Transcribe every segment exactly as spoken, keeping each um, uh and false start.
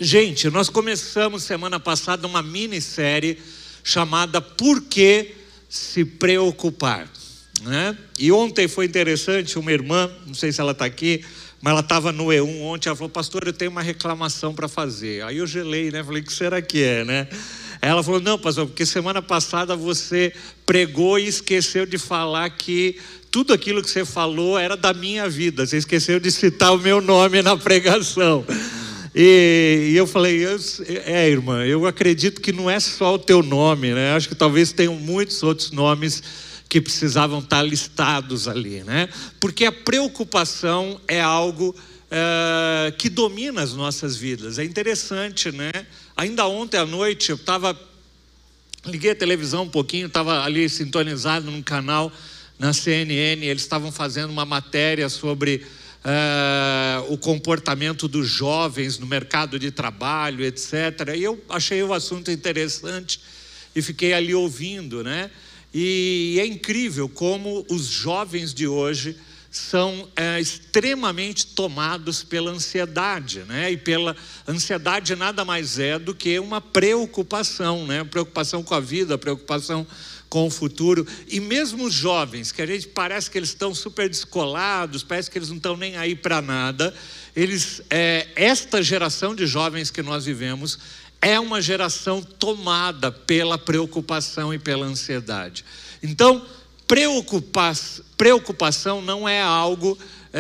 Gente, nós começamos semana passada uma minissérie chamada Por que se preocupar, né? E ontem foi interessante, uma irmã, não sei se ela está aqui, mas ela estava no E um ontem, ela falou: pastor, eu tenho uma reclamação para fazer. Aí eu gelei, né? Falei: o que será que é, né? Ela falou: não, pastor, porque semana passada você pregou e esqueceu de falar que tudo aquilo que você falou era da minha vida. Você esqueceu de citar o meu nome na pregação. E, e eu falei: eu, é, irmã, eu acredito que não é só o teu nome, né? Acho que talvez tenham muitos outros nomes que precisavam estar listados ali, né? Porque a preocupação é algo é, que domina as nossas vidas. É interessante, né? Ainda ontem à noite eu estava, liguei a televisão um pouquinho, estava ali sintonizado num canal na C N N, eles estavam fazendo uma matéria sobre uh, o comportamento dos jovens no mercado de trabalho, etcétera. E eu achei o assunto interessante e fiquei ali ouvindo, né? E é incrível como os jovens de hoje são é, extremamente tomados pela ansiedade, né? E pela ansiedade nada mais é do que uma preocupação, né? Preocupação com a vida, preocupação com o futuro. E mesmo os jovens, que a gente parece que eles estão super descolados, parece que eles não estão nem aí para nada, eles, é, esta geração de jovens que nós vivemos é uma geração tomada pela preocupação e pela ansiedade. Então, preocupar, preocupação não é algo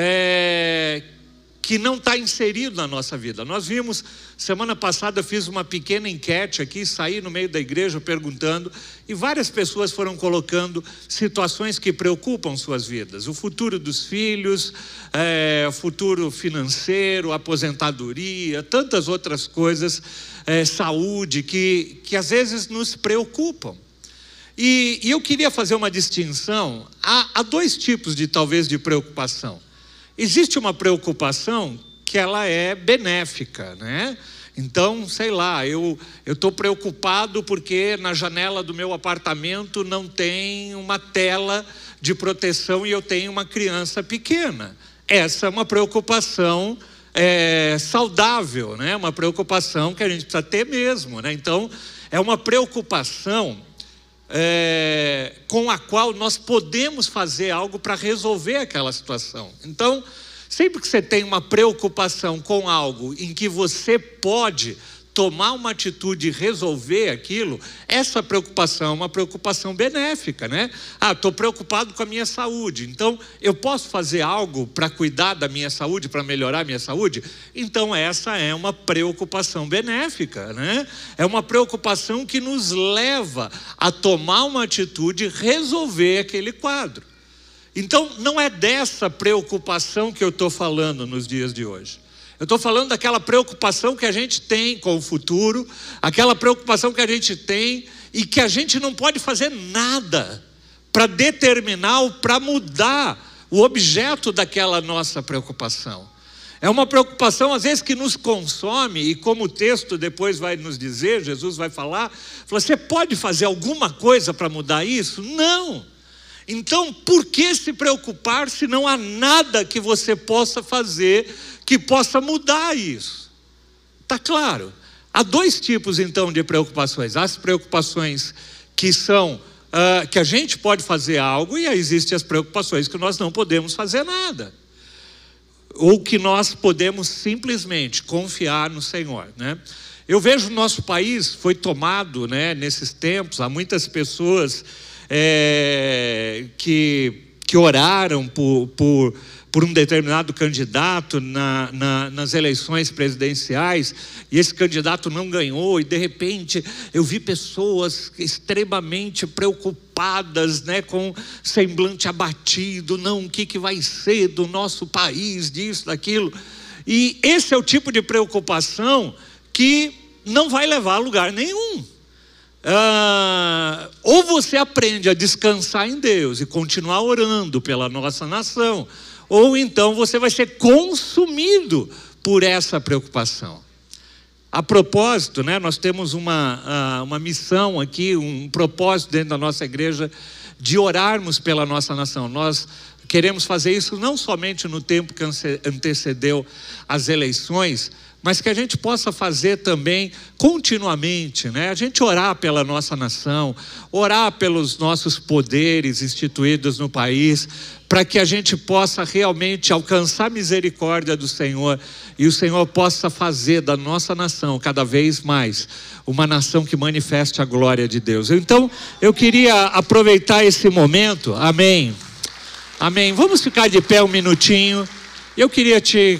é, que não está inserido na nossa vida. Nós vimos, semana passada eu fiz uma pequena enquete aqui, saí no meio da igreja perguntando, e várias pessoas foram colocando situações que preocupam suas vidas: o futuro dos filhos, é, o futuro financeiro, aposentadoria, tantas outras coisas, é, saúde, que, que às vezes nos preocupam. E, e eu queria fazer uma distinção. Há, há dois tipos de talvez de preocupação. Existe uma preocupação que ela é benéfica, né? Então, sei lá, eu eu estou preocupado porque na janela do meu apartamento não tem uma tela de proteção e eu tenho uma criança pequena. Essa é uma preocupação é, saudável, né? Uma preocupação que a gente precisa ter mesmo, né? Então, é uma preocupação É, com a qual nós podemos fazer algo para resolver aquela situação. Então, sempre que você tem uma preocupação com algo em que você pode tomar uma atitude e resolver aquilo, essa preocupação é uma preocupação benéfica, né? Ah, estou preocupado com a minha saúde, então eu posso fazer algo para cuidar da minha saúde, para melhorar a minha saúde? Então essa é uma preocupação benéfica, né? É uma preocupação que nos leva a tomar uma atitude e resolver aquele quadro. Então não é dessa preocupação que eu estou falando nos dias de hoje. Eu estou falando daquela preocupação que a gente tem com o futuro, aquela preocupação que a gente tem e que a gente não pode fazer nada para determinar ou para mudar o objeto daquela nossa preocupação. É uma preocupação às vezes que nos consome, e como o texto depois vai nos dizer, Jesus vai falar, você pode fazer alguma coisa para mudar isso? Não! Então, por que se preocupar se não há nada que você possa fazer que possa mudar isso? Está claro? Há dois tipos então de preocupações. Há as preocupações que são, uh, que a gente pode fazer algo, e aí existem as preocupações que nós não podemos fazer nada. Ou que nós podemos simplesmente confiar no Senhor, né? Eu vejo o nosso país foi tomado, né, nesses tempos, há muitas pessoas É, que, que oraram por, por, por um determinado candidato na, na, nas eleições presidenciais, e esse candidato não ganhou, e de repente eu vi pessoas extremamente preocupadas, né, com semblante abatido: não, o que, que vai ser do nosso país, disso, daquilo. E esse é o tipo de preocupação que não vai levar a lugar nenhum. Ah, ou você aprende a descansar em Deus e continuar orando pela nossa nação, ou então você vai ser consumido por essa preocupação. A propósito, né, nós temos uma, uma missão aqui, um propósito dentro da nossa igreja de orarmos pela nossa nação. Nós queremos fazer isso não somente no tempo que antecedeu as eleições, mas que a gente possa fazer também continuamente, né? A gente orar pela nossa nação, orar pelos nossos poderes instituídos no país, para que a gente possa realmente alcançar a misericórdia do Senhor e o Senhor possa fazer da nossa nação cada vez mais uma nação que manifeste a glória de Deus. Então, eu queria aproveitar esse momento, amém, amém, vamos ficar de pé um minutinho. Eu queria te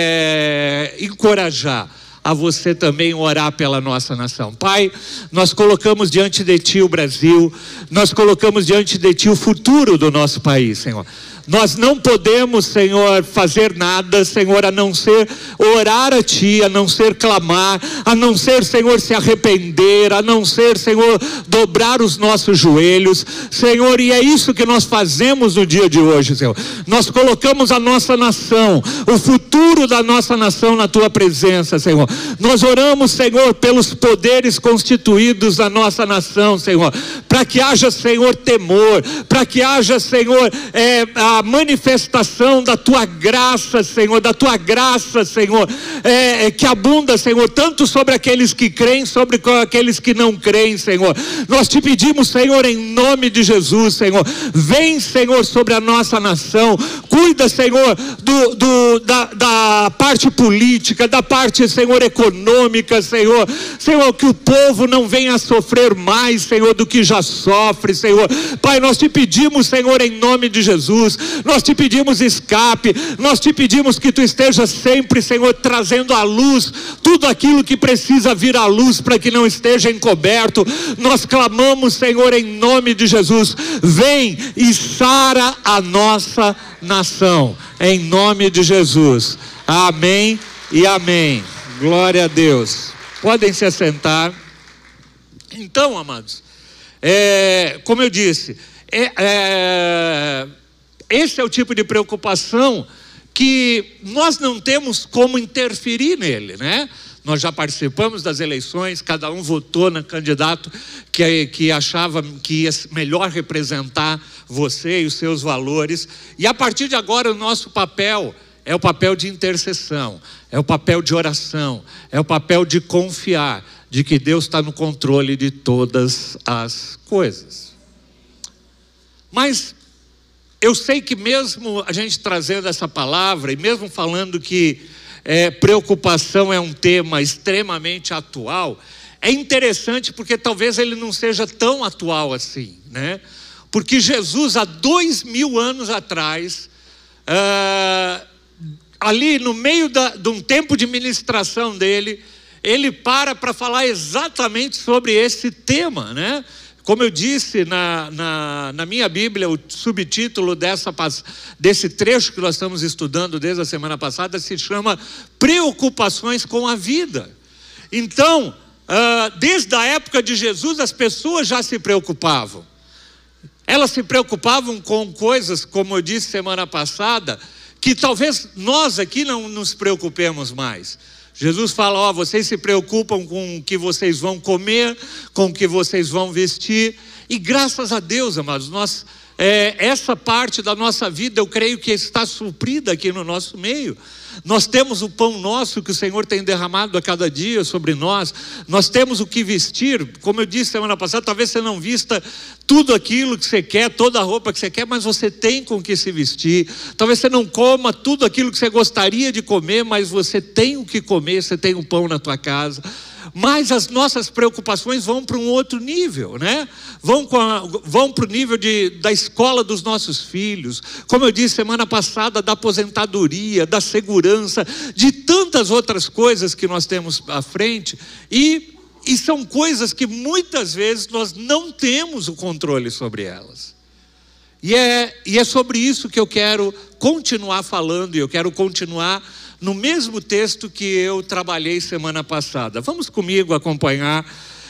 é, encorajar a você também orar pela nossa nação. Pai, nós colocamos diante de Ti o Brasil, nós colocamos diante de Ti o futuro do nosso país, Senhor. Nós não podemos, Senhor, fazer nada, Senhor, a não ser orar a Ti, a não ser clamar, a não ser, Senhor, se arrepender, a não ser, Senhor, dobrar os nossos joelhos, Senhor, e é isso que nós fazemos no dia de hoje, Senhor. Nós colocamos a nossa nação, o futuro da nossa nação na Tua presença, Senhor. Nós oramos, Senhor, pelos poderes constituídos da nossa nação, Senhor, para que haja, Senhor, temor, para que haja, Senhor, é, a manifestação da Tua graça, Senhor, da Tua graça, Senhor, é, é, que abunda, Senhor, tanto sobre aqueles que creem, sobre aqueles que não creem, Senhor. Nós Te pedimos, Senhor, em nome de Jesus, Senhor, vem, Senhor, sobre a nossa nação, cuida, Senhor, do, do, da, da parte política, da parte, Senhor, econômica, Senhor, Senhor, que o povo não venha a sofrer mais, Senhor, do que já sofre, Senhor. Pai, nós Te pedimos, Senhor, em nome de Jesus, nós Te pedimos escape, nós Te pedimos que Tu esteja sempre, Senhor, trazendo à luz tudo aquilo que precisa vir à luz para que não esteja encoberto. Nós clamamos, Senhor, em nome de Jesus, vem e sara a nossa nação, em nome de Jesus, amém e amém. Glória a Deus. Podem se assentar. Então, amados, é, como eu disse, é, é, esse é o tipo de preocupação que nós não temos como interferir nele, né? Nós já participamos das eleições, cada um votou no candidato que, que achava que ia melhor representar você e os seus valores, e a partir de agora o nosso papel é o papel de intercessão, é o papel de oração, é o papel de confiar de que Deus está no controle de todas as coisas. Mas eu sei que mesmo a gente trazendo essa palavra, e mesmo falando que é, preocupação é um tema extremamente atual, é interessante porque talvez ele não seja tão atual assim, né? Porque Jesus, há dois mil anos atrás, uh, ali no meio da, de um tempo de ministração dele, ele para para falar exatamente sobre esse tema, né? Como eu disse na, na, na minha Bíblia, o subtítulo dessa, desse trecho que nós estamos estudando desde a semana passada se chama Preocupações com a Vida. Então, uh, desde a época de Jesus, as pessoas já se preocupavam. Elas se preocupavam com coisas, como eu disse semana passada, que talvez nós aqui não nos preocupemos mais. Jesus fala, ó, vocês se preocupam com o que vocês vão comer, com o que vocês vão vestir, e graças a Deus, amados, nós, é, essa parte da nossa vida, eu creio que está suprida aqui no nosso meio. Nós temos o pão nosso que o Senhor tem derramado a cada dia sobre nós, nós temos o que vestir, como eu disse semana passada, talvez você não vista tudo aquilo que você quer, toda a roupa que você quer, mas você tem com que se vestir. Talvez você não coma tudo aquilo que você gostaria de comer, mas você tem o que comer, você tem um pão na tua casa. Mas as nossas preocupações vão para um outro nível, né? Vão, com a, vão para o nível de, da escola dos nossos filhos, como eu disse semana passada, da aposentadoria, da segurança, de tantas outras coisas que nós temos à frente, e, e são coisas que muitas vezes nós não temos o controle sobre elas. E é, e é sobre isso que eu quero continuar falando, e eu quero continuar no mesmo texto que eu trabalhei semana passada. Vamos comigo acompanhar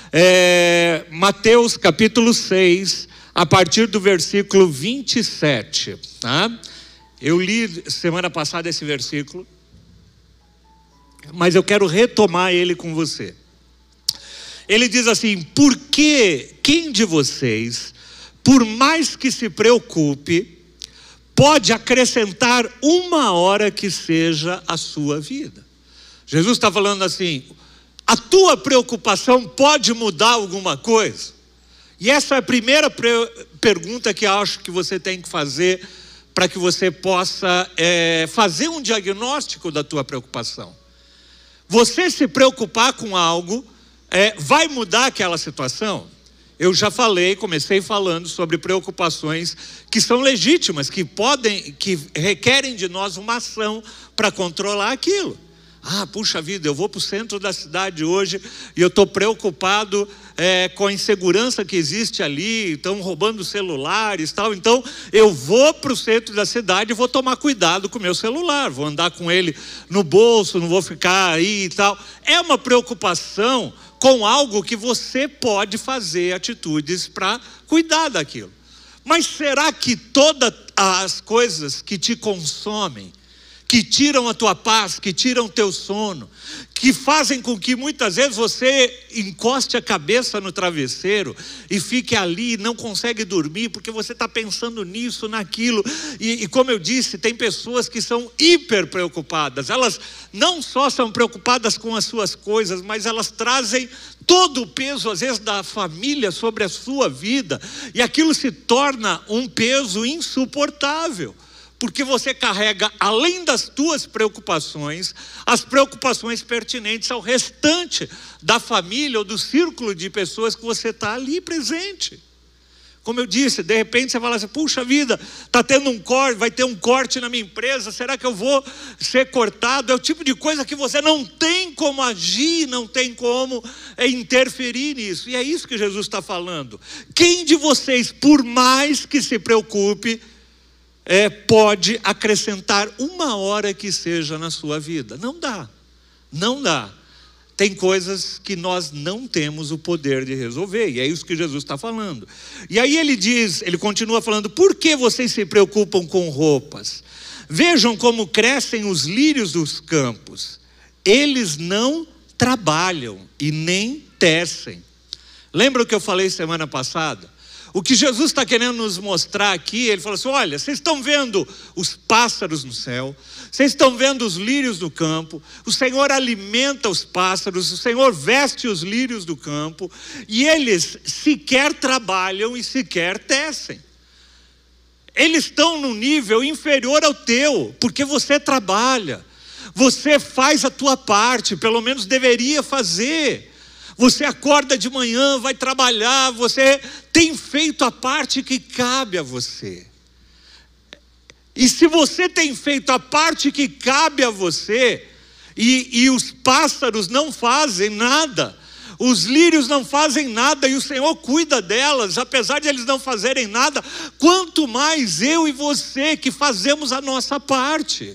é, Mateus capítulo seis, a partir do versículo vinte e sete. Tá? Eu li semana passada esse versículo, mas eu quero retomar ele com você. Ele diz assim: porque quem de vocês, por mais que se preocupe, pode acrescentar uma hora que seja a sua vida? Jesus está falando assim: a tua preocupação pode mudar alguma coisa? E essa é a primeira pergunta que eu acho que você tem que fazer para que você possa é, fazer um diagnóstico da tua preocupação. Você se preocupar com algo é, vai mudar aquela situação? Eu já falei, comecei falando sobre preocupações que são legítimas, que podem, que requerem de nós uma ação para controlar aquilo. Ah, puxa vida, eu vou para o centro da cidade hoje e eu estou preocupado é, com a insegurança que existe ali, estão roubando celulares e tal, então eu vou para o centro da cidade e vou tomar cuidado com o meu celular, vou andar com ele no bolso, não vou ficar aí e tal. É uma preocupação com algo que você pode fazer atitudes para cuidar daquilo. Mas será que todas as coisas que te consomem, que tiram a tua paz, que tiram o teu sono, que fazem com que muitas vezes você encoste a cabeça no travesseiro e fique ali e não consegue dormir porque você está pensando nisso, naquilo, e, e como eu disse, tem pessoas que são hiper preocupadas, elas não só são preocupadas com as suas coisas, mas elas trazem todo o peso às vezes da família sobre a sua vida, e aquilo se torna um peso insuportável. Porque você carrega, além das tuas preocupações, as preocupações pertinentes ao restante da família ou do círculo de pessoas que você está ali presente. Como eu disse, de repente você fala assim: puxa vida, está tendo um corte, vai ter um corte na minha empresa, será que eu vou ser cortado? É o tipo de coisa que você não tem como agir, não tem como interferir nisso. E é isso que Jesus está falando. Quem de vocês, por mais que se preocupe, É, pode acrescentar uma hora que seja na sua vida? Não dá, não dá. Tem coisas que nós não temos o poder de resolver, e é isso que Jesus está falando. E aí ele diz, ele continua falando: por que vocês se preocupam com roupas? Vejam como crescem os lírios dos campos, eles não trabalham e nem tecem. Lembra o que eu falei semana passada? O que Jesus está querendo nos mostrar aqui, ele falou assim: olha, vocês estão vendo os pássaros no céu, vocês estão vendo os lírios do campo, o Senhor alimenta os pássaros, o Senhor veste os lírios do campo, e eles sequer trabalham e sequer tecem. Eles estão num nível inferior ao teu, porque você trabalha, você faz a tua parte, pelo menos deveria fazer. Você acorda de manhã, vai trabalhar, você tem feito a parte que cabe a você. E se você tem feito a parte que cabe a você, e, e os pássaros não fazem nada, os lírios não fazem nada, e o Senhor cuida delas, apesar de eles não fazerem nada, quanto mais eu e você que fazemos a nossa parte.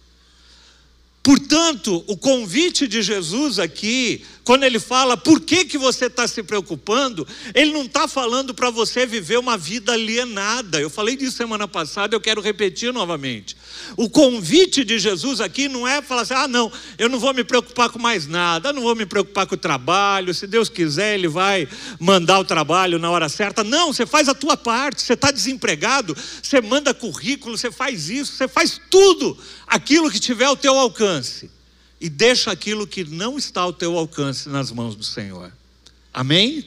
Portanto, o convite de Jesus aqui, quando ele fala por que, que você está se preocupando, ele não está falando para você viver uma vida alienada. Eu falei disso semana passada, eu quero repetir novamente. O convite de Jesus aqui não é falar assim: ah não, eu não vou me preocupar com mais nada, eu não vou me preocupar com o trabalho, se Deus quiser ele vai mandar o trabalho na hora certa. Não, você faz a tua parte, você está desempregado, você manda currículo, você faz isso, você faz tudo aquilo que tiver ao teu alcance, e deixa aquilo que não está ao teu alcance nas mãos do Senhor. Amém?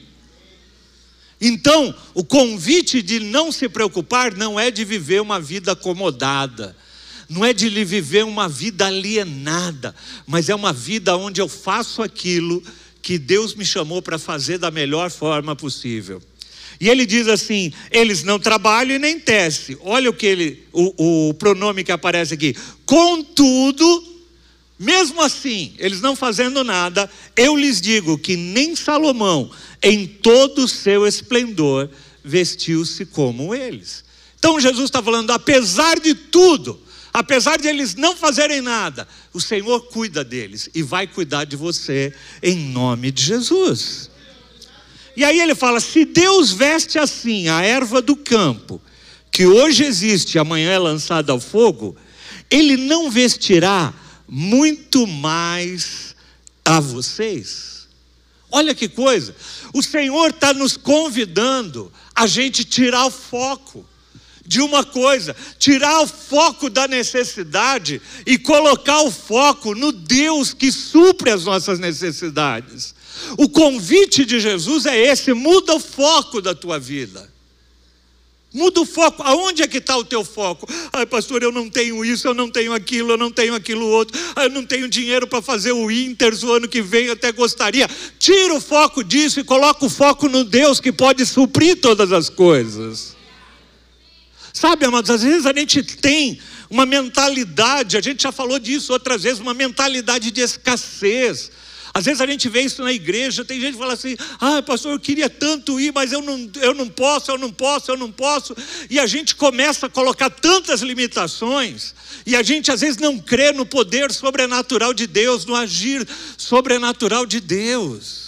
Então, o convite de não se preocupar não é de viver uma vida acomodada, não é de viver uma vida alienada, mas é uma vida onde eu faço aquilo que Deus me chamou para fazer da melhor forma possível. E ele diz assim: eles não trabalham e nem tecem. Olha o que ele, o, o pronome que aparece aqui. Contudo, mesmo assim, eles não fazendo nada, eu lhes digo que nem Salomão, em todo o seu esplendor, vestiu-se como eles. Então Jesus está falando: apesar de tudo, apesar de eles não fazerem nada, o Senhor cuida deles e vai cuidar de você em nome de Jesus. E aí ele fala: se Deus veste assim a erva do campo, que hoje existe e amanhã é lançada ao fogo, ele não vestirá muito mais a vocês? Olha que coisa, o Senhor está nos convidando a gente tirar o foco de uma coisa: tirar o foco da necessidade e colocar o foco no Deus que supre as nossas necessidades. O convite de Jesus é esse: muda o foco da tua vida. Muda o foco. Aonde é que está o teu foco? Ai, pastor, eu não tenho isso, eu não tenho aquilo, eu não tenho aquilo outro. Ai, eu não tenho dinheiro para fazer o Inters o ano que vem, eu até gostaria. Tira o foco disso e coloca o foco no Deus que pode suprir todas as coisas. Sabe, amados, às vezes a gente tem uma mentalidade, a gente já falou disso outras vezes, uma mentalidade de escassez. Às vezes a gente vê isso na igreja, tem gente que fala assim: ah, pastor, eu queria tanto ir, mas eu não, eu não posso, eu não posso, eu não posso. E a gente começa a colocar tantas limitações, e a gente às vezes não crê no poder sobrenatural de Deus, no agir sobrenatural de Deus.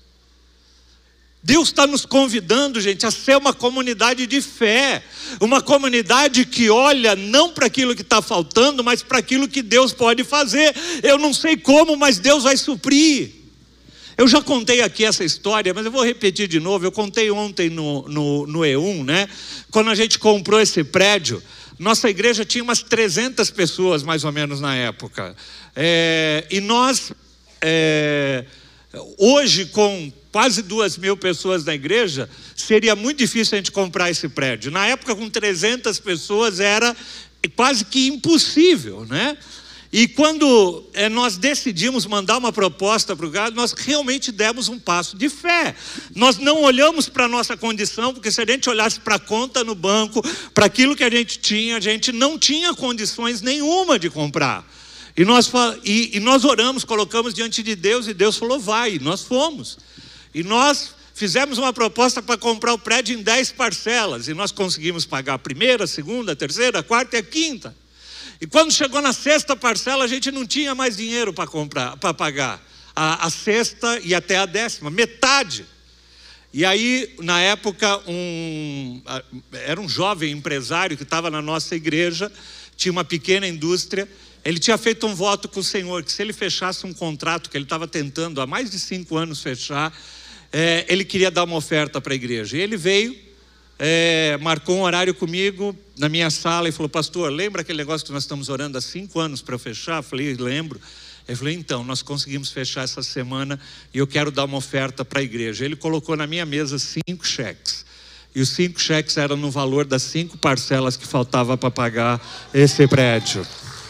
Deus está nos convidando, gente, a ser uma comunidade de fé, uma comunidade que olha não para aquilo que está faltando, mas para aquilo que Deus pode fazer. Eu não sei como, mas Deus vai suprir. Eu já contei aqui essa história, mas eu vou repetir de novo. Eu contei ontem no, no, no E um, né? Quando a gente comprou esse prédio, nossa igreja tinha umas trezentas pessoas, mais ou menos, na época. É, e nós, é, hoje, com quase duas mil pessoas na igreja, seria muito difícil a gente comprar esse prédio. Na época, com trezentas pessoas, era quase que impossível, né? E quando é, nós decidimos mandar uma proposta para o cara, nós realmente demos um passo de fé. Nós não olhamos para a nossa condição, porque se a gente olhasse para a conta no banco, para aquilo que a gente tinha, a gente não tinha condições nenhuma de comprar. E nós, e, e nós oramos, colocamos diante de Deus, e Deus falou: vai, e nós fomos. E nós fizemos uma proposta para comprar o prédio em dez parcelas, e nós conseguimos pagar a primeira, a segunda, a terceira, a quarta e a quinta. E quando chegou na sexta parcela, a gente não tinha mais dinheiro para comprar, para pagar a, a sexta e até a décima, metade. E aí, na época, um, era um jovem empresário que estava na nossa igreja, tinha uma pequena indústria. Ele tinha feito um voto com o Senhor, que se ele fechasse um contrato que ele estava tentando há mais de cinco anos fechar, é, ele queria dar uma oferta para a igreja. E ele veio, é, marcou um horário comigo na minha sala e falou: pastor, lembra aquele negócio que nós estamos orando há cinco anos para eu fechar? Eu falei: lembro. Eu falei: então, nós conseguimos fechar essa semana e eu quero dar uma oferta para a igreja. Ele colocou na minha mesa cinco cheques. E os cinco cheques eram no valor das cinco parcelas que faltava para pagar esse prédio.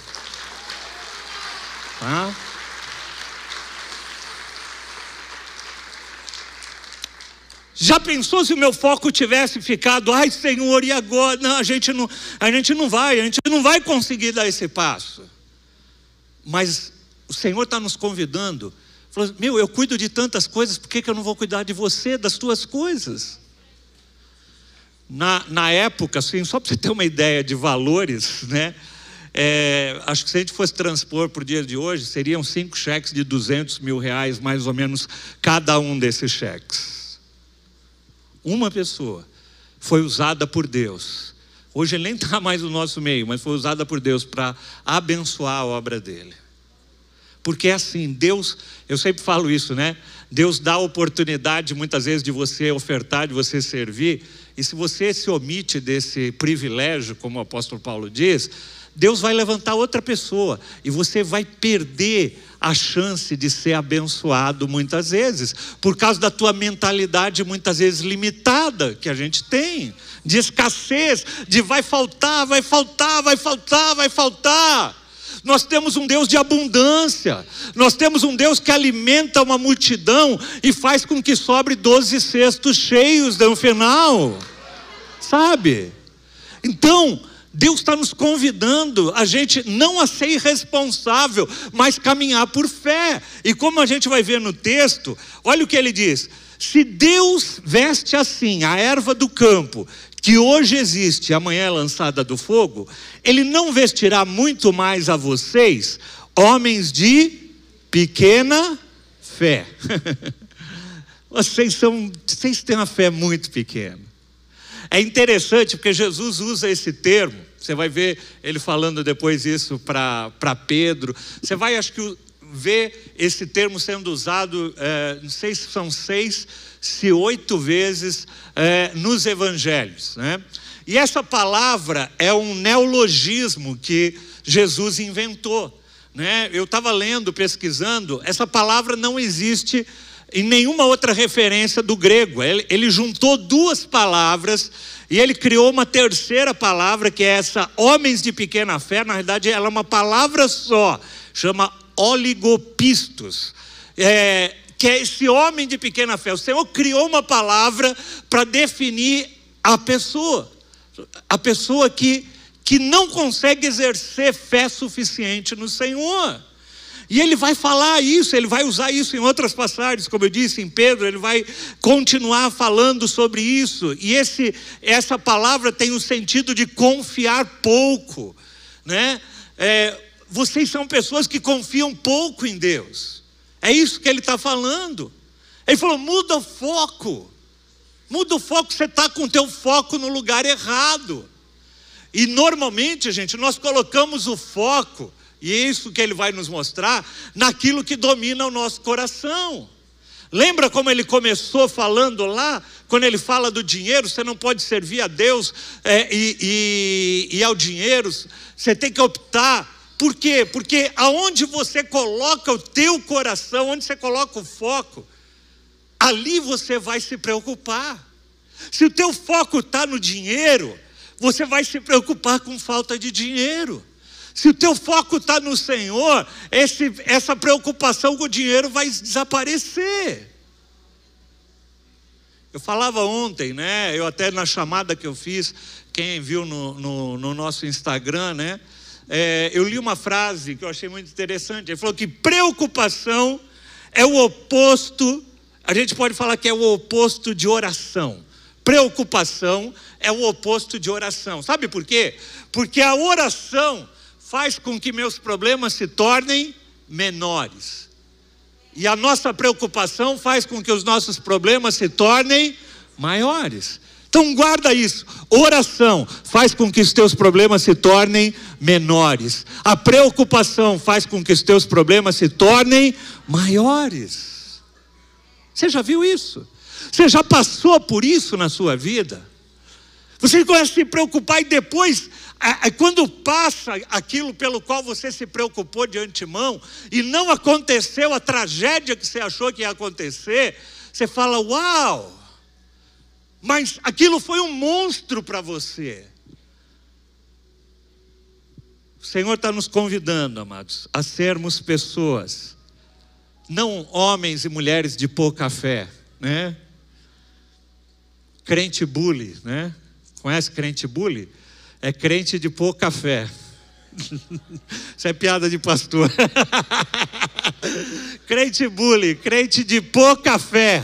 Tá? Já pensou se o meu foco tivesse ficado: ai, Senhor, e agora? Não, a gente não, a gente não vai, a gente não vai conseguir dar esse passo. Mas o Senhor está nos convidando. Falou: meu, eu cuido de tantas coisas, por que, que eu não vou cuidar de você, das tuas coisas? Na, na época, assim, só para você ter uma ideia de valores, né? É, acho que se a gente fosse transpor para o dia de hoje, seriam cinco cheques de duzentos mil reais, mais ou menos, cada um desses cheques. Uma pessoa foi usada por Deus. Hoje ele nem está mais no nosso meio, mas foi usada por Deus para abençoar a obra dele. Porque é assim, Deus, eu sempre falo isso, né? Deus dá a oportunidade muitas vezes de você ofertar, de você servir. E se você se omite desse privilégio, como o apóstolo Paulo diz, Deus vai levantar outra pessoa e você vai perder a chance de ser abençoado muitas vezes, por causa da tua mentalidade muitas vezes limitada que a gente tem, de escassez, de vai faltar, vai faltar, vai faltar, vai faltar. Nós temos um Deus de abundância, nós temos um Deus que alimenta uma multidão e faz com que sobre doze cestos cheios no final, sabe? Então, Deus está nos convidando a gente não a ser irresponsável, mas caminhar por fé. E como a gente vai ver no texto, olha o que ele diz: se Deus veste assim a erva do campo, que hoje existe e amanhã é lançada do fogo, Ele não vestirá muito mais a vocês, homens de pequena fé. Vocês são, vocês têm uma fé muito pequena. É interessante porque Jesus usa esse termo. Você vai ver ele falando depois isso para Pedro. Você vai, acho que, ver esse termo sendo usado, é, não sei se são seis, se oito vezes é, nos evangelhos, né? E essa palavra é um neologismo que Jesus inventou, né? Eu estava lendo, pesquisando, essa palavra não existe em nenhuma outra referência do grego. Ele, ele juntou duas palavras e ele criou uma terceira palavra, que é essa homens de pequena fé. Na verdade ela é uma palavra só, chama oligopistos, é, que é esse homem de pequena fé. O Senhor criou uma palavra para definir a pessoa, a pessoa que, que não consegue exercer fé suficiente no Senhor. E ele vai falar isso, ele vai usar isso em outras passagens, como eu disse, em Pedro, ele vai continuar falando sobre isso. E esse, essa palavra tem o sentido de confiar pouco, né? É, vocês são pessoas que confiam pouco em Deus. É isso que ele está falando. Ele falou, muda o foco. Muda o foco, você está com o teu foco no lugar errado. E normalmente, gente, nós colocamos o foco, e é isso que ele vai nos mostrar, naquilo que domina o nosso coração. Lembra como ele começou falando lá, quando ele fala do dinheiro? Você não pode servir a Deus é, e, e, e ao dinheiro, você tem que optar. Por quê? Porque aonde você coloca o teu coração, onde você coloca o foco, ali você vai se preocupar. Se o teu foco está no dinheiro, você vai se preocupar com falta de dinheiro. Se o teu foco está no Senhor, esse, essa preocupação com o dinheiro vai desaparecer. Eu falava ontem, né? Eu até na chamada que eu fiz, quem viu no, no, no nosso Instagram, né? É, eu li uma frase que eu achei muito interessante. Ele falou que preocupação é o oposto, a gente pode falar que é o oposto de oração. Preocupação é o oposto de oração. Sabe por quê? Porque a oração faz com que meus problemas se tornem menores. E a nossa preocupação faz com que os nossos problemas se tornem maiores. Então guarda isso. Oração faz com que os teus problemas se tornem menores. A preocupação faz com que os teus problemas se tornem maiores. Você já viu isso? Você já passou por isso na sua vida? Você começa a se preocupar e depois, quando passa aquilo pelo qual você se preocupou de antemão e não aconteceu a tragédia que você achou que ia acontecer, você fala, uau, mas aquilo foi um monstro para você. O Senhor está nos convidando, amados, a sermos pessoas, não homens e mulheres de pouca fé, né? Crente bully, né? Conhece crente bully? É crente de pouca fé. Isso é piada de pastor. Crente bully, crente de pouca fé.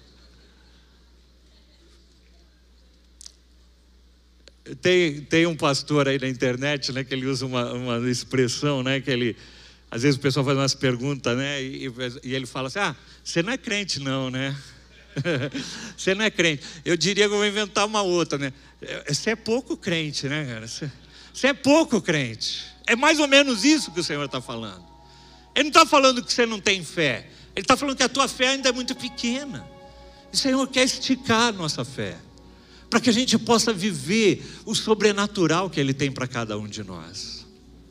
Tem, tem um pastor aí na internet, né, que ele usa uma, uma expressão, né, que ele, às vezes o pessoal faz umas perguntas, né, e, e ele fala assim, ah, você não é crente não, né? Você não é crente. Eu diria que eu vou inventar uma outra, né? Você é pouco crente, né, cara? Você, você é pouco crente. É mais ou menos isso que o Senhor está falando. Ele não está falando que você não tem fé. Ele está falando que a tua fé ainda é muito pequena. E o Senhor quer esticar a nossa fé, para que a gente possa viver o sobrenatural que Ele tem para cada um de nós.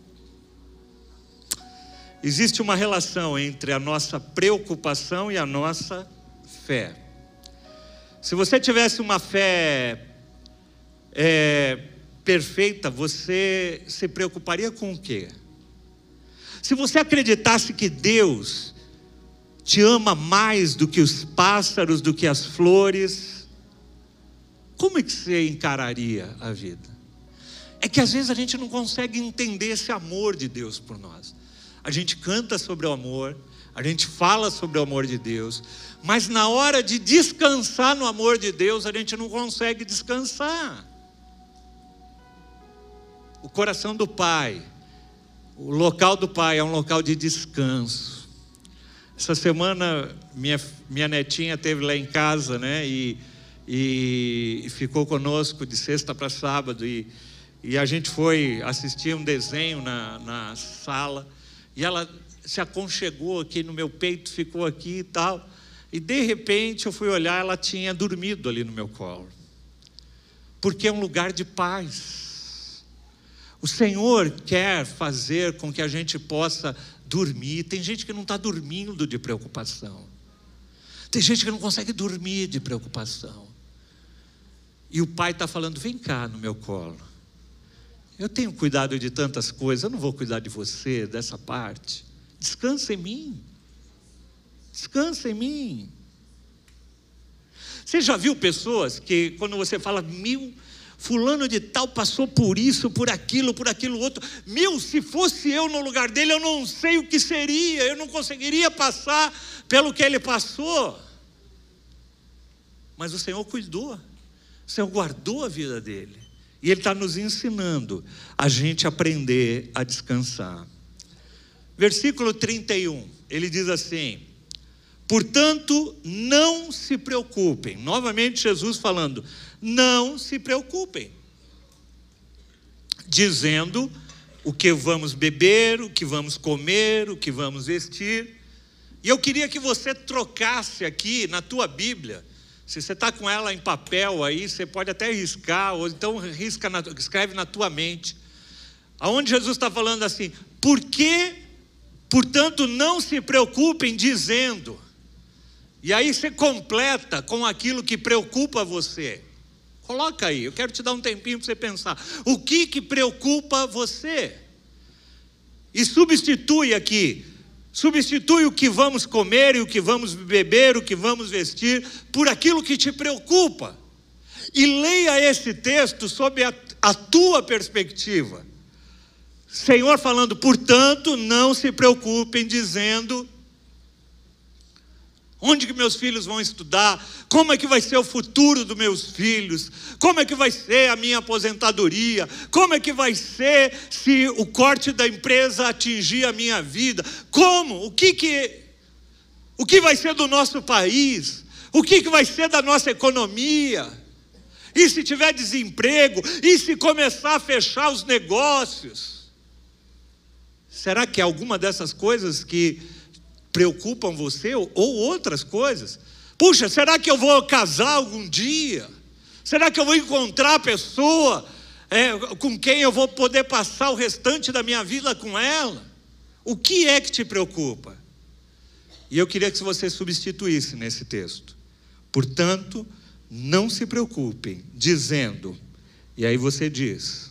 Existe uma relação entre a nossa preocupação e a nossa fé. Se você tivesse uma fé é, perfeita, você se preocuparia com o quê? Se você acreditasse que Deus te ama mais do que os pássaros, do que as flores, como é que você encararia a vida? É que às vezes a gente não consegue entender esse amor de Deus por nós. A gente canta sobre o amor, a gente fala sobre o amor de Deus, mas na hora de descansar no amor de Deus, a gente não consegue descansar. O coração do Pai, o local do Pai é um local de descanso. Essa semana minha, minha netinha esteve lá em casa, né, e, e ficou conosco de sexta para sábado, e, e a gente foi assistir um desenho na, na sala, e ela se aconchegou aqui no meu peito, ficou aqui e tal, e de repente eu fui olhar, ela tinha dormido ali no meu colo. porque é um lugar de paz. O Senhor quer fazer com que a gente possa dormir. Tem gente que não está dormindo de preocupação. Tem gente que não consegue dormir de preocupação. E o pai está falando: vem cá no meu colo. Eu tenho cuidado de tantas coisas, eu não vou cuidar de você, dessa parte. Descansa em mim. Descansa em mim. Você já viu pessoas que, quando você fala, mil, fulano de tal passou por isso, por aquilo, por aquilo outro. Meu, se fosse eu no lugar dele, eu não sei o que seria. Eu não conseguiria passar pelo que ele passou. Mas o Senhor cuidou. O Senhor guardou a vida dele. E Ele está nos ensinando a gente aprender a descansar. Versículo trinta e um, ele diz assim: portanto, não se preocupem. Novamente Jesus falando: não se preocupem, dizendo o que vamos beber, o que vamos comer, o que vamos vestir. E eu queria que você trocasse aqui na tua Bíblia. Se você está com ela em papel aí, você pode até riscar, ou então risca na, escreve na tua mente. Aonde Jesus está falando assim: porque, portanto, não se preocupem dizendo. E aí você completa com aquilo que preocupa você. Coloca aí, eu quero te dar um tempinho para você pensar. O que que preocupa você? E substitui aqui. Substitui o que vamos comer e o que vamos beber, o que vamos vestir, por aquilo que te preocupa. E leia esse texto sob a, a tua perspectiva. Senhor falando: portanto, não se preocupem dizendo: onde que meus filhos vão estudar? Como é que vai ser o futuro dos meus filhos? Como é que vai ser a minha aposentadoria? Como é que vai ser se o corte da empresa atingir a minha vida? Como? O que que, o que vai ser do nosso país? O que que vai ser da nossa economia? E se tiver desemprego? E se começar a fechar os negócios? Será que é alguma dessas coisas que preocupam você, ou outras coisas? Puxa, será que eu vou casar algum dia? Será que eu vou encontrar a pessoa é, com quem eu vou poder passar o restante da minha vida com ela? O que é que te preocupa? E eu queria que você substituísse nesse texto: portanto, não se preocupem dizendo. E aí você diz.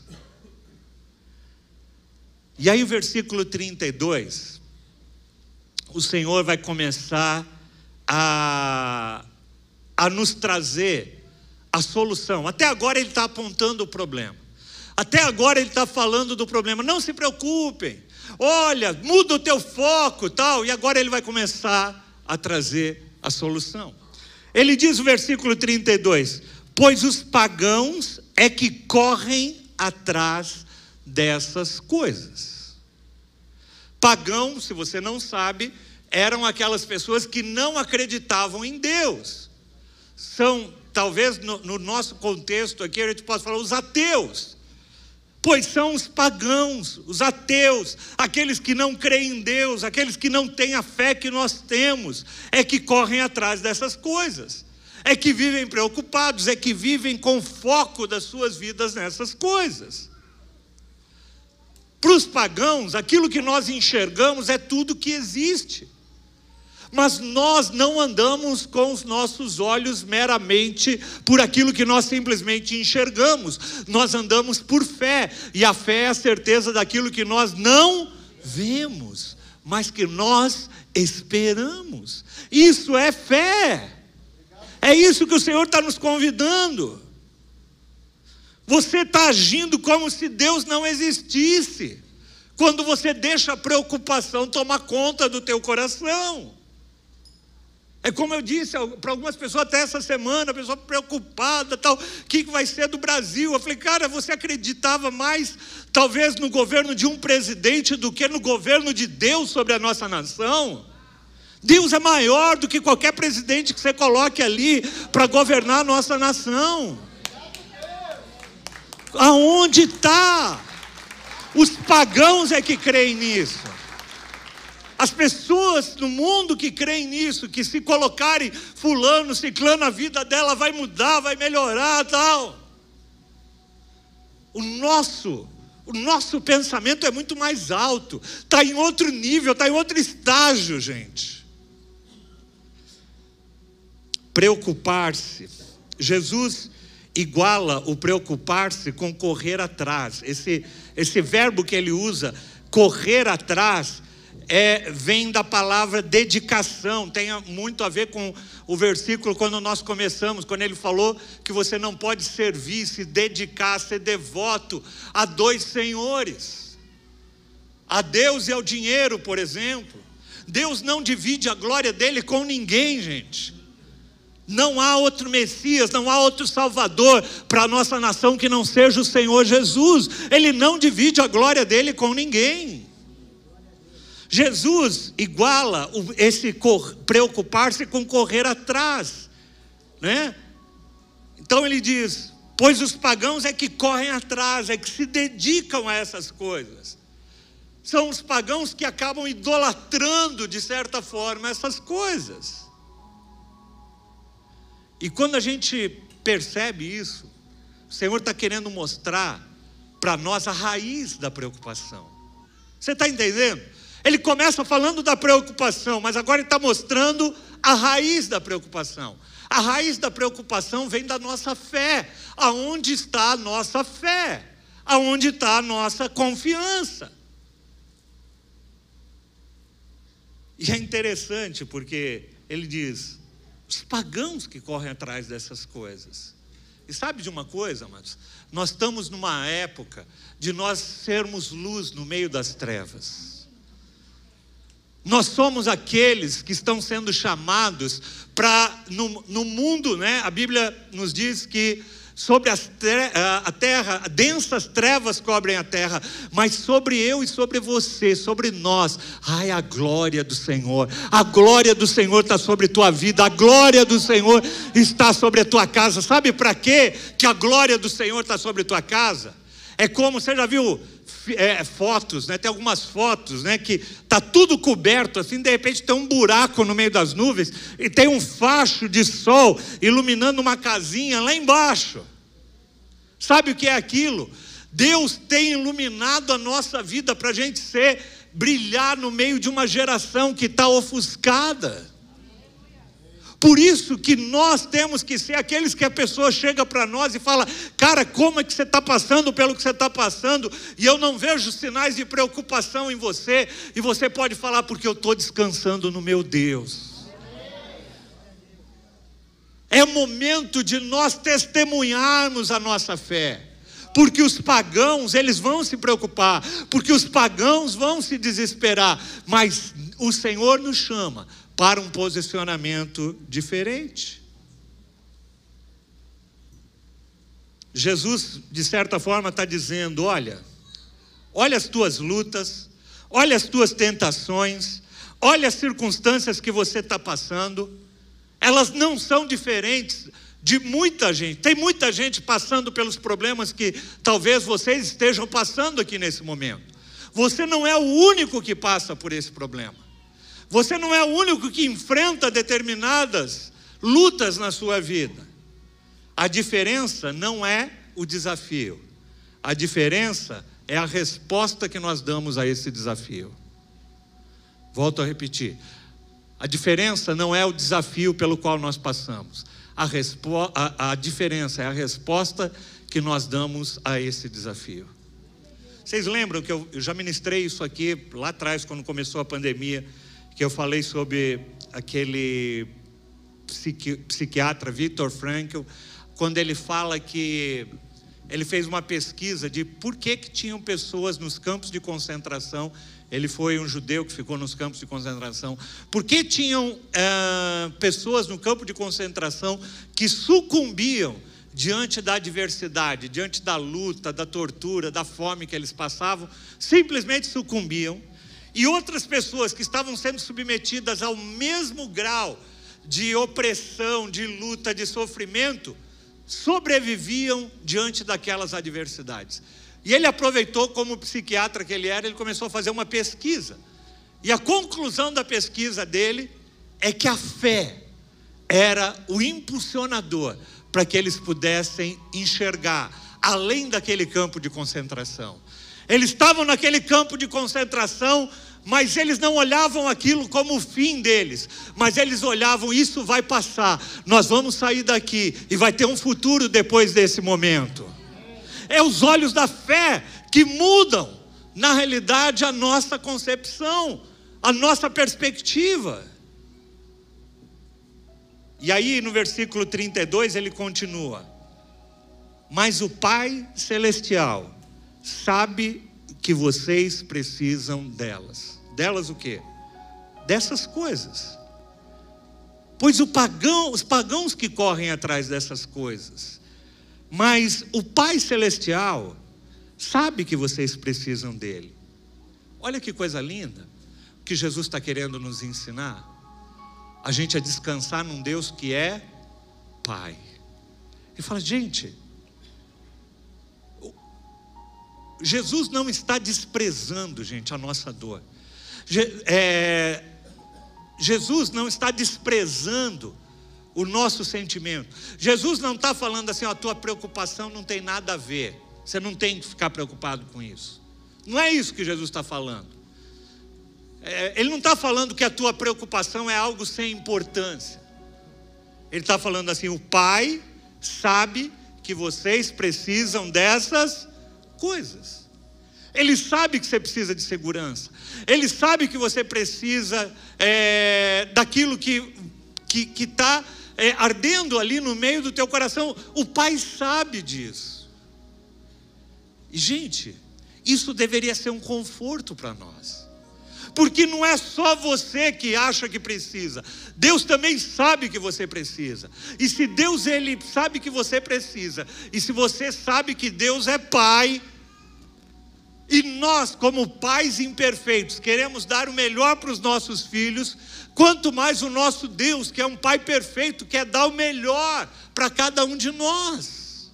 E aí o versículo trinta e dois, o Senhor vai começar a, a nos trazer a solução. Até agora Ele está apontando o problema. Até agora Ele está falando do problema. Não se preocupem. Olha, muda o teu foco, tal. E agora Ele vai começar a trazer a solução. Ele diz no versículo trinta e dois: pois os pagãos é que correm atrás dessas coisas. Pagão, se você não sabe, eram aquelas pessoas que não acreditavam em Deus. São, talvez no, no nosso contexto aqui, a gente possa falar os ateus. Pois são os pagãos, os ateus, aqueles que não creem em Deus, aqueles que não têm a fé que nós temos, é que correm atrás dessas coisas. É que vivem preocupados, é que vivem com foco das suas vidas nessas coisas. Para os pagãos, aquilo que nós enxergamos é tudo que existe. Mas nós não andamos com os nossos olhos meramente por aquilo que nós simplesmente enxergamos. Nós andamos por fé. E a fé é a certeza daquilo que nós não vemos, mas que nós esperamos. Isso é fé. É isso que o Senhor está nos convidando. Você está agindo como se Deus não existisse, quando você deixa a preocupação tomar conta do teu coração. É como eu disse para algumas pessoas até essa semana, a pessoa preocupada, tal, o que vai ser do Brasil? Eu falei: cara, você acreditava mais talvez no governo de um presidente do que no governo de Deus sobre a nossa nação? Deus é maior do que qualquer presidente que você coloque ali para governar a nossa nação. Aonde está? Os pagãos é que creem nisso. As pessoas no mundo que creem nisso, que se colocarem fulano, ciclano, a vida dela vai mudar, vai melhorar, tal. O nosso, o nosso pensamento é muito mais alto, está em outro nível, está em outro estágio, gente. Preocupar-se. Jesus iguala o preocupar-se com correr atrás. Esse, esse verbo que ele usa, correr atrás, é, vem da palavra dedicação. Tem muito a ver com o versículo quando nós começamos, quando ele falou que você não pode servir, se dedicar, ser devoto a dois senhores, a Deus e ao dinheiro, por exemplo. Deus não divide a glória dele com ninguém, gente. Não há outro Messias, não há outro Salvador para a nossa nação que não seja o Senhor Jesus. Ele não divide a glória dele com ninguém. Jesus iguala esse preocupar-se com correr atrás, né? Então ele diz, pois os pagãos é que correm atrás, é que se dedicam a essas coisas. São os pagãos que acabam idolatrando, de certa forma, essas coisas. E quando a gente percebe isso, o Senhor está querendo mostrar para nós a raiz da preocupação. Você está entendendo? Ele começa falando da preocupação, mas agora ele está mostrando a raiz da preocupação. A raiz da preocupação vem da nossa fé. Aonde está a nossa fé? Aonde está a nossa confiança? E é interessante porque ele diz, os pagãos que correm atrás dessas coisas. E sabe de uma coisa, amados? Nós estamos numa época de nós sermos luz no meio das trevas. Nós somos aqueles que estão sendo chamados para, no, no mundo, né? A Bíblia nos diz que sobre as tre- a terra, densas trevas cobrem a terra, mas sobre eu e sobre você, sobre nós, ai, a glória do Senhor, a glória do Senhor está sobre tua vida, a glória do Senhor está sobre a tua casa. Sabe para quê que a glória do Senhor está sobre tua casa? É como, você já viu é, fotos, né? Tem algumas fotos, né, que está tudo coberto, assim, de repente tem um buraco no meio das nuvens, e tem um facho de sol iluminando uma casinha lá embaixo. Sabe o que é aquilo? Deus tem iluminado a nossa vida para a gente ser, brilhar no meio de uma geração que está ofuscada. Por isso que nós temos que ser aqueles que a pessoa chega para nós e fala, cara, como é que você está passando pelo que você está passando? E eu não vejo sinais de preocupação em você. E você pode falar, porque eu estou descansando no meu Deus. É momento de nós testemunharmos a nossa fé. Porque os pagãos, eles vão se preocupar. Porque os pagãos vão se desesperar. Mas o Senhor nos chama para um posicionamento diferente. Jesus, de certa forma, está dizendo, olha, olha as tuas lutas, olha as tuas tentações, olha as circunstâncias que você está passando, elas não são diferentes de muita gente. Tem muita gente passando pelos problemas que talvez vocês estejam passando aqui nesse momento. Você não é o único que passa por esse problema. Você não é o único que enfrenta determinadas lutas na sua vida. A diferença não é o desafio. A diferença é a resposta que nós damos a esse desafio. Volto a repetir. A diferença não é o desafio pelo qual nós passamos. A, respo- a, a diferença é a resposta que nós damos a esse desafio. Vocês lembram que eu, eu já ministrei isso aqui lá atrás, quando começou a pandemia, que eu falei sobre aquele psiqui, psiquiatra Viktor Frankl, quando ele fala que ele fez uma pesquisa de por que que tinham pessoas nos campos de concentração. Ele foi um judeu que ficou nos campos de concentração. Por que tinham ah, pessoas no campo de concentração que sucumbiam diante da adversidade, diante da luta, da tortura, da fome que eles passavam, simplesmente sucumbiam. E outras pessoas que estavam sendo submetidas ao mesmo grau de opressão, de luta, de sofrimento, sobreviviam diante daquelas adversidades. E ele aproveitou, como psiquiatra que ele era, ele começou a fazer uma pesquisa. E a conclusão da pesquisa dele é que a fé era o impulsionador para que eles pudessem enxergar além daquele campo de concentração. Eles estavam naquele campo de concentração, mas eles não olhavam aquilo como o fim deles, mas eles olhavam: isso vai passar, nós vamos sair daqui e vai ter um futuro depois desse momento. É os olhos da fé que mudam, na realidade, a nossa concepção, a nossa perspectiva. E aí no versículo trinta e dois ele continua: mas o Pai Celestial sabe que vocês precisam delas. Delas o quê? Dessas coisas. Pois o pagão, os pagãos que correm atrás dessas coisas. Mas o Pai Celestial sabe que vocês precisam dele. Olha que coisa linda que Jesus está querendo nos ensinar. A gente a descansar num Deus que é Pai. Ele fala: gente, Jesus não está desprezando, gente, a nossa dor. Je, é, Jesus não está desprezando o nosso sentimento. Jesus não está falando assim: ó, a tua preocupação não tem nada a ver, você não tem que ficar preocupado com isso. Não é isso que Jesus está falando. É, ele não está falando que a tua preocupação é algo sem importância. Ele está falando assim: o Pai sabe que vocês precisam dessas coisas. Ele sabe que você precisa de segurança. Ele sabe que você precisa é, daquilo que que que está é, ardendo ali no meio do teu coração. O Pai sabe disso. E gente, isso deveria ser um conforto para nós, porque não é só você que acha que precisa. Deus também sabe que você precisa. E se Deus, ele sabe que você precisa, e se você sabe que Deus é Pai, e nós, como pais imperfeitos, queremos dar o melhor para os nossos filhos, quanto mais o nosso Deus, que é um Pai perfeito, quer dar o melhor para cada um de nós.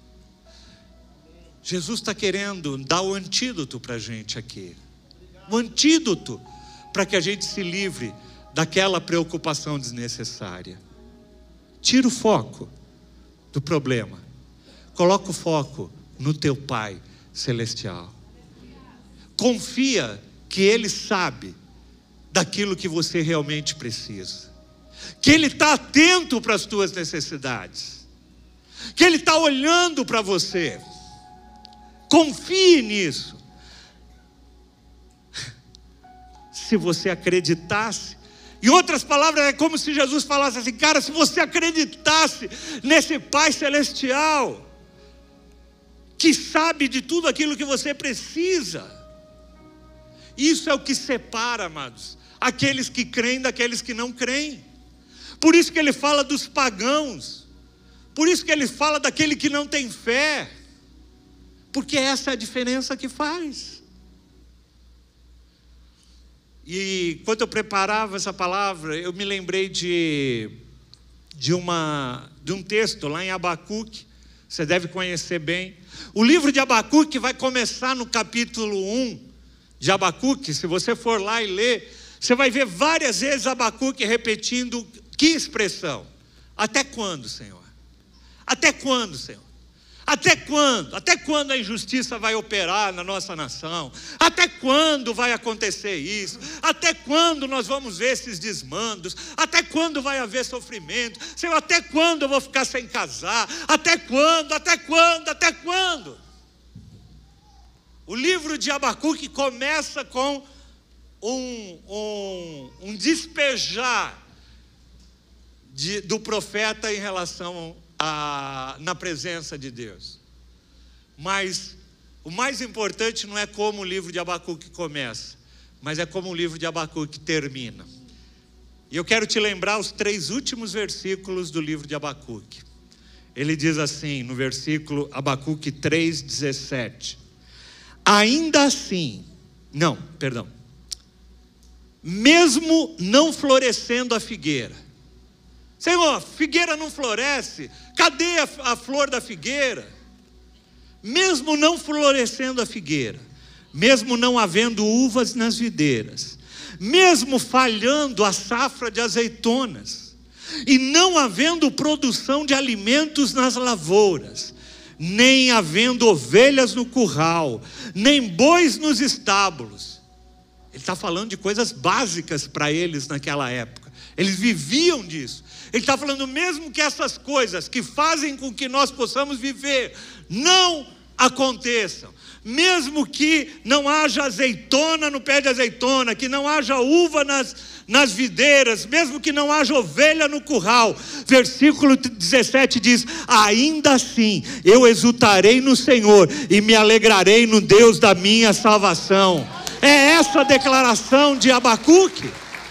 Jesus está querendo dar o antídoto para a gente aqui. O antídoto para que a gente se livre daquela preocupação desnecessária. Tira o foco do problema. Coloca o foco no teu Pai Celestial. Confia que Ele sabe daquilo que você realmente precisa, que Ele está atento para as tuas necessidades, que Ele está olhando para você. Confie nisso. Se você acreditasse, em outras palavras, é como se Jesus falasse assim: cara, se você acreditasse nesse Pai Celestial, que sabe de tudo aquilo que você precisa. Isso é o que separa, amados, aqueles que creem daqueles que não creem. Por isso que ele fala dos pagãos, por isso que ele fala daquele que não tem fé, porque essa é a diferença que faz. E quando eu preparava essa palavra, eu me lembrei de, de, uma, de um texto lá em Abacuque, você deve conhecer bem. O livro de Abacuque vai começar no capítulo um de Abacuque. Se você for lá e ler, você vai ver várias vezes Abacuque repetindo que expressão? Até quando, Senhor? Até quando, Senhor? Até quando? Até quando a injustiça vai operar na nossa nação? Até quando vai acontecer isso? Até quando nós vamos ver esses desmandos? Até quando vai haver sofrimento? Senhor, até quando eu vou ficar sem casar? Até quando? Até quando? Até quando? O livro de Abacuque começa com um, um, um despejar de, do profeta em relação a, na presença de Deus. Mas o mais importante não é como o livro de Abacuque começa, mas é como o livro de Abacuque termina. E eu quero te lembrar os três últimos versículos do livro de Abacuque. Ele diz assim, no versículo Abacuque três, dezessete: ainda assim, não, perdão, mesmo não florescendo a figueira. Senhor, figueira não floresce, cadê a, a flor da figueira? Mesmo não florescendo a figueira, mesmo não havendo uvas nas videiras, mesmo falhando a safra de azeitonas, e não havendo produção de alimentos nas lavouras, nem havendo ovelhas no curral, nem bois nos estábulos. Ele está falando de coisas básicas para eles naquela época. Eles viviam disso. Ele está falando, mesmo que essas coisas que fazem com que nós possamos viver não aconteçam, mesmo que não haja azeitona no pé de azeitona, que não haja uva nas, nas videiras, mesmo que não haja ovelha no curral, versículo dezessete diz: ainda assim eu exultarei no Senhor e me alegrarei no Deus da minha salvação. É essa a declaração de Abacuque.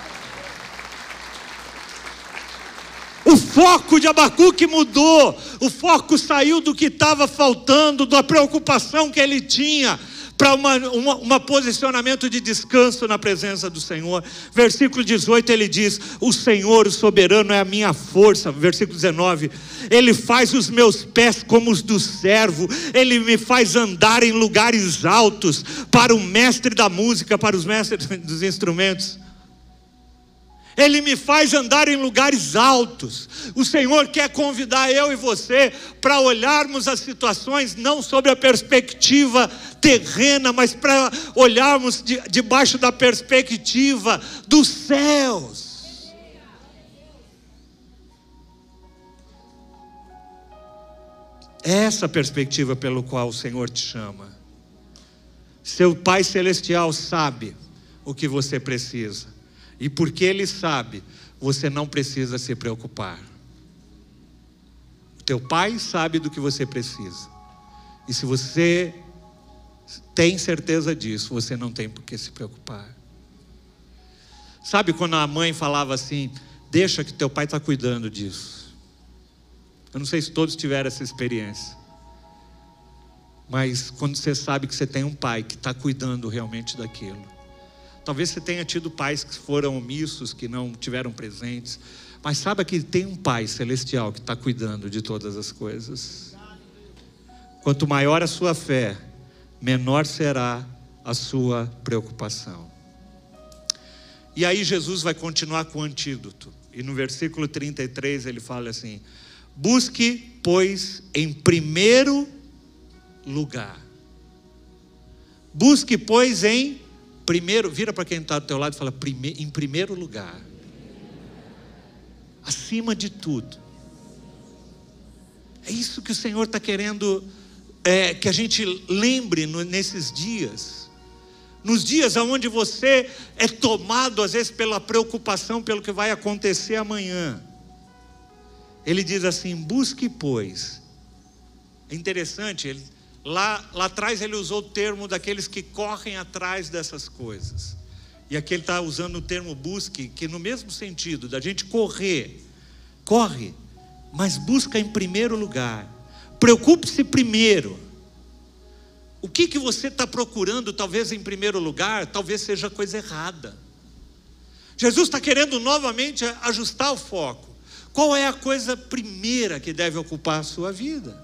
O foco de Abacuque mudou. O foco saiu do que estava faltando, da preocupação que ele tinha, para um posicionamento de descanso na presença do Senhor. Versículo dezoito ele diz: o Senhor, o soberano, é a minha força. Versículo dezenove: Ele faz os meus pés como os do servo, Ele me faz andar em lugares altos, para o mestre da música, para os mestres dos instrumentos. Ele me faz andar em lugares altos. O Senhor quer convidar eu e você para olharmos as situações não sobre a perspectiva terrena, mas para olharmos de, debaixo da perspectiva dos céus. É essa perspectiva pelo qual o Senhor te chama. Seu Pai Celestial sabe o que você precisa. E porque Ele sabe, você não precisa se preocupar. O teu Pai sabe do que você precisa. E se você tem certeza disso, você não tem por que se preocupar. Sabe quando a mãe falava assim: deixa que teu pai está cuidando disso. Eu não sei se todos tiveram essa experiência. Mas quando você sabe que você tem um pai que está cuidando realmente daquilo. Talvez você tenha tido pais que foram omissos, que não tiveram presentes, mas saiba que tem um Pai Celestial que está cuidando de todas as coisas. Quanto maior a sua fé, menor será a sua preocupação. E aí Jesus vai continuar com o antídoto. E no versículo trinta e três ele fala assim: busque, pois, em primeiro lugar. Busque, pois, em primeiro, vira para quem está do teu lado e fala: prime, em primeiro lugar, acima de tudo. É isso que o Senhor está querendo é, que a gente lembre no, nesses dias. Nos dias onde você é tomado às vezes pela preocupação pelo que vai acontecer amanhã. Ele diz assim: busque, pois. É interessante, ele Lá, lá atrás ele usou o termo daqueles que correm atrás dessas coisas. E aqui ele está usando o termo busque, que no mesmo sentido, da gente correr. Corre, mas busca em primeiro lugar. Preocupe-se primeiro. O que, que você está procurando talvez em primeiro lugar, talvez seja coisa errada. Jesus está querendo novamente ajustar o foco. Qual é a coisa primeira que deve ocupar a sua vida?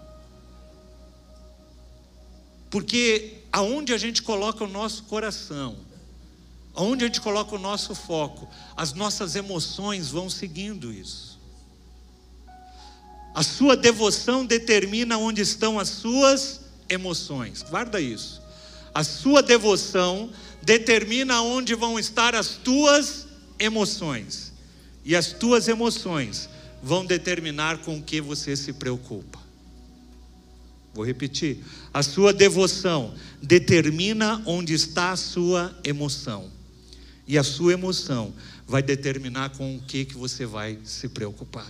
Porque aonde a gente coloca o nosso coração, aonde a gente coloca o nosso foco, as nossas emoções vão seguindo isso. A sua devoção determina onde estão as suas emoções. Guarda isso. A sua devoção determina onde vão estar as tuas emoções. E as tuas emoções vão determinar com o que você se preocupa. Vou repetir: a sua devoção determina onde está a sua emoção. E a sua emoção vai determinar com o que, que você vai se preocupar.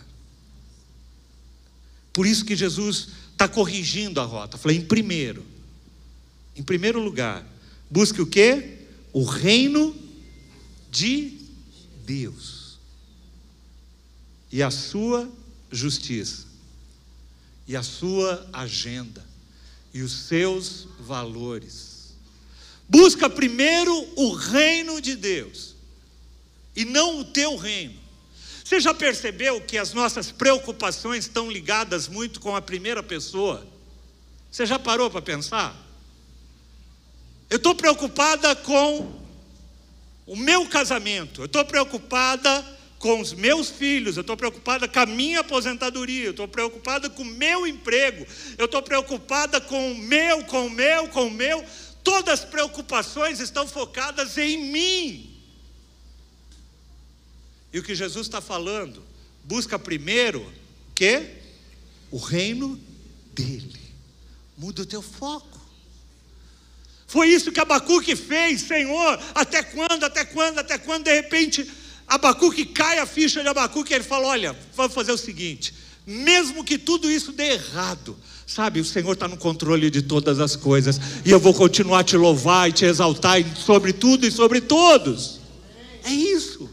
Por isso que Jesus está corrigindo a rota. Falei: em primeiro, em primeiro lugar, busque o quê? O reino de Deus. E a sua justiça. E a sua agenda, e os seus valores. Busca primeiro o reino de Deus, e não o teu reino. Você já percebeu que as nossas preocupações estão ligadas muito com a primeira pessoa? Você já parou para pensar? Eu estou preocupada com o meu casamento, eu estou preocupada com os meus filhos, eu estou preocupada com a minha aposentadoria, eu estou preocupada com o meu emprego, eu estou preocupada com o meu, com o meu, com o meu. Todas as preocupações estão focadas em mim. E o que Jesus está falando, busca primeiro que o reino dele. Muda o teu foco. Foi isso que Abacuque fez. Senhor, até quando, até quando, até quando? De repente, Abacuque cai a ficha de Abacuque, ele fala, olha, vamos fazer o seguinte, mesmo que tudo isso dê errado, sabe, o Senhor está no controle de todas as coisas, e eu vou continuar a te louvar e te exaltar sobre tudo e sobre todos. É isso.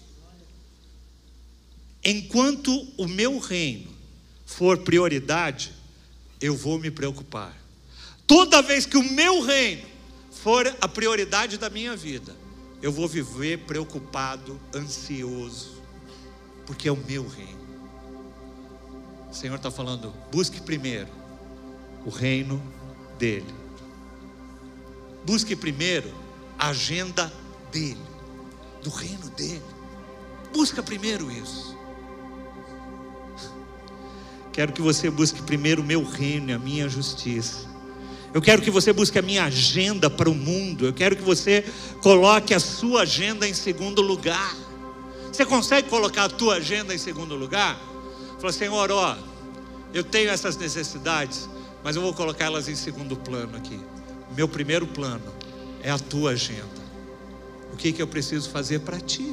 Enquanto o meu reino for prioridade, eu vou me preocupar. Toda vez que o meu reino for a prioridade da minha vida, eu vou viver preocupado, ansioso, porque é o meu reino. O Senhor está falando, busque primeiro o reino dele. Busque primeiro a agenda dele, do reino dele. Busca primeiro isso. Quero que você busque primeiro o meu reino e a minha justiça. Eu quero que você busque a minha agenda para o mundo. Eu quero que você coloque a sua agenda em segundo lugar. Você consegue colocar a tua agenda em segundo lugar? Fala, Senhor, ó, eu tenho essas necessidades, mas eu vou colocar elas em segundo plano aqui. O meu primeiro plano é a tua agenda. O que que eu preciso fazer para ti?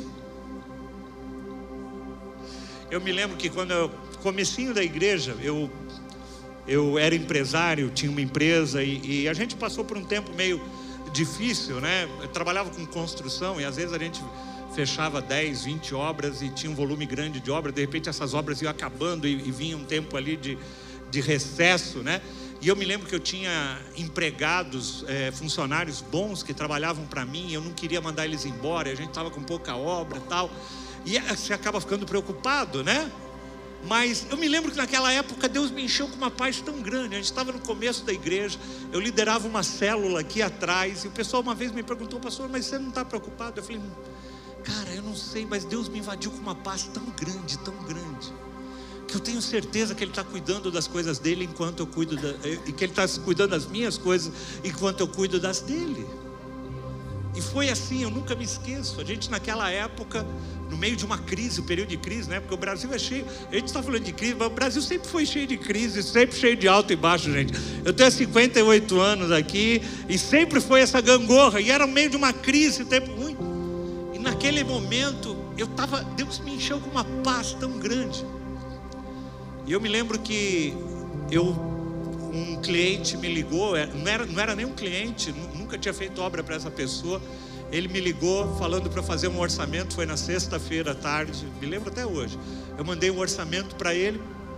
Eu me lembro que quando eu comecinho da igreja, eu, eu era empresário, tinha uma empresa e, e a gente passou por um tempo meio difícil, né? Eu trabalhava com construção e às vezes a gente fechava dez, vinte obras e tinha um volume grande de obras. De repente essas obras iam acabando e, e vinha um tempo ali de, de recesso, né? E eu me lembro que eu tinha empregados, é, funcionários bons que trabalhavam para mim, eu não queria mandar eles embora, a gente estava com pouca obra e tal, e você acaba ficando preocupado, né? Mas eu me lembro que naquela época Deus me encheu com uma paz tão grande. A gente estava no começo da igreja, eu liderava uma célula aqui atrás, e o pessoal uma vez me perguntou, pastor, mas você não está preocupado? Eu falei, cara, eu não sei, mas Deus me invadiu com uma paz tão grande, tão grande, que eu tenho certeza que Ele está cuidando das coisas dele enquanto eu cuido da, e que Ele está cuidando das minhas coisas enquanto eu cuido das dele. E foi assim, eu nunca me esqueço. A gente naquela época, no meio de uma crise, um período de crise, né? Porque o Brasil é cheio, a gente está falando de crise, mas o Brasil sempre foi cheio de crise, sempre cheio de alto e baixo, gente. Eu tenho cinquenta e oito anos aqui, e sempre foi essa gangorra, e era no meio de uma crise, tempo ruim. E naquele momento, eu estava, Deus me encheu com uma paz tão grande. E eu me lembro que eu... um cliente me ligou, não era, não era nem um cliente, nunca tinha feito obra para essa pessoa. Ele me ligou falando para fazer um orçamento, foi na sexta-feira à tarde, me lembro até hoje. Eu mandei um orçamento para ele.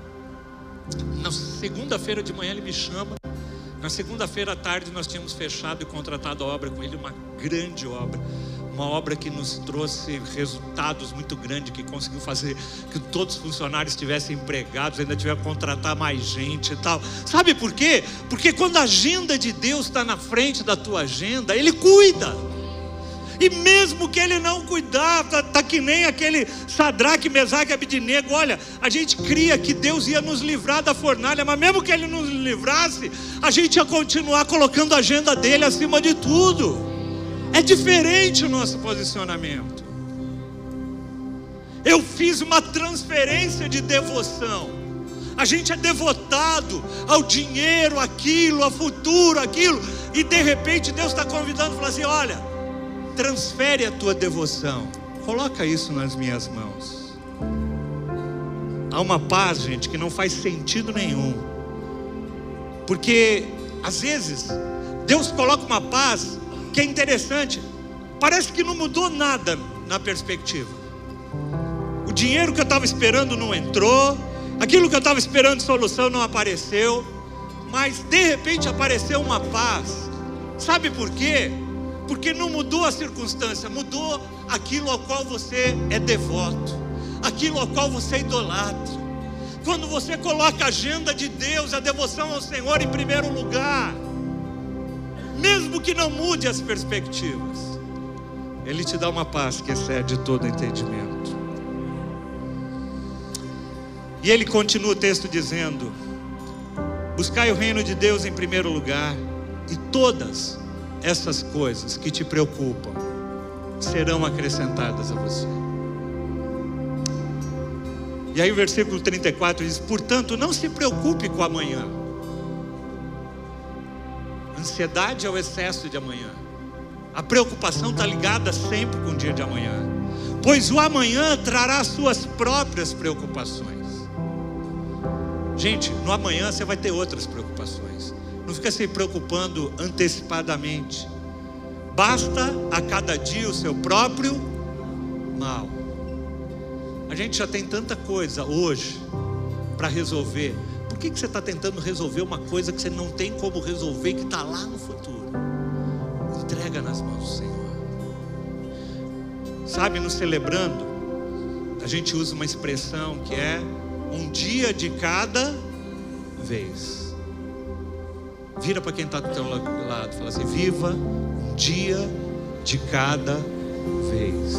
Na segunda-feira de manhã ele me chama. Na segunda-feira à tarde nós tínhamos fechado e contratado a obra com ele, uma grande obra. Uma obra que nos trouxe resultados muito grandes, que conseguiu fazer que todos os funcionários estivessem empregados, ainda tiveram que contratar mais gente e tal. Sabe por quê? Porque quando a agenda de Deus está na frente da tua agenda, Ele cuida. E mesmo que Ele não cuidar, tá, tá que nem aquele Sadraque, Mesaque e Abednego. Olha, a gente cria que Deus ia nos livrar da fornalha, mas mesmo que Ele nos livrasse, a gente ia continuar colocando a agenda dele acima de tudo. É diferente o nosso posicionamento. Eu fiz uma transferência de devoção. A gente é devotado ao dinheiro, aquilo, ao futuro, aquilo. E de repente Deus está convidando, fala assim, olha, transfere a tua devoção. Coloca isso nas minhas mãos. Há uma paz, gente, que não faz sentido nenhum. Porque às vezes Deus coloca uma paz que é interessante, parece que não mudou nada na perspectiva. O dinheiro que eu estava esperando não entrou, aquilo que eu estava esperando de solução não apareceu, mas de repente apareceu uma paz. Sabe por quê? Porque não mudou a circunstância, mudou aquilo ao qual você é devoto, aquilo ao qual você idolatra. Quando você coloca a agenda de Deus, a devoção ao Senhor em primeiro lugar, mesmo que não mude as perspectivas, Ele te dá uma paz que excede todo entendimento. E ele continua o texto dizendo: buscai o reino de Deus em primeiro lugar, e todas essas coisas que te preocupam serão acrescentadas a você. E aí o versículo trinta e quatro diz: portanto, não se preocupe com amanhã. Ansiedade é o excesso de amanhã. A preocupação está ligada sempre com o dia de amanhã, pois o amanhã trará suas próprias preocupações. Gente, no amanhã você vai ter outras preocupações. Não fica se preocupando antecipadamente. Basta a cada dia o seu próprio mal. A gente já tem tanta coisa hoje para resolver. Por que que você está tentando resolver uma coisa que você não tem como resolver, que está lá no futuro? Entrega nas mãos do Senhor. Sabe, no Celebrando, a gente usa uma expressão que é um dia de cada vez. Vira para quem está do teu lado, fala assim: viva um dia de cada vez.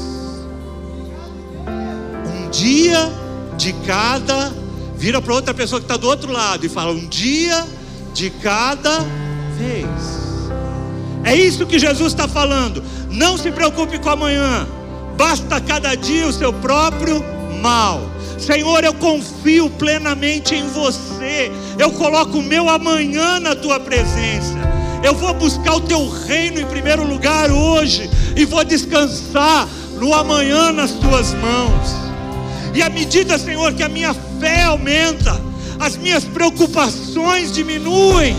Um dia de cada. Vira para outra pessoa que está do outro lado e fala: um dia de cada vez. É isso que Jesus está falando. Não se preocupe com amanhã. Basta cada dia o seu próprio mal. Senhor, eu confio plenamente em você. Eu coloco o meu amanhã na tua presença. Eu vou buscar o teu reino em primeiro lugar hoje, e vou descansar no amanhã nas tuas mãos. E à medida, Senhor, que a minha fé aumenta, as minhas preocupações diminuem.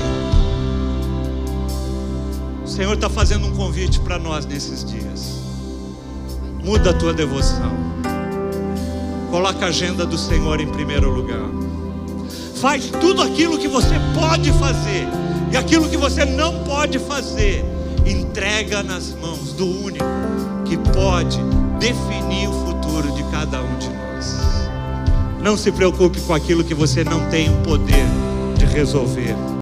O Senhor está fazendo um convite para nós nesses dias. Muda a tua devoção. Coloca a agenda do Senhor em primeiro lugar. Faz tudo aquilo que você pode fazer, e aquilo que você não pode fazer, entrega nas mãos do único que pode definir o futuro de cada um de nós. Não se preocupe com aquilo que você não tem o poder de resolver.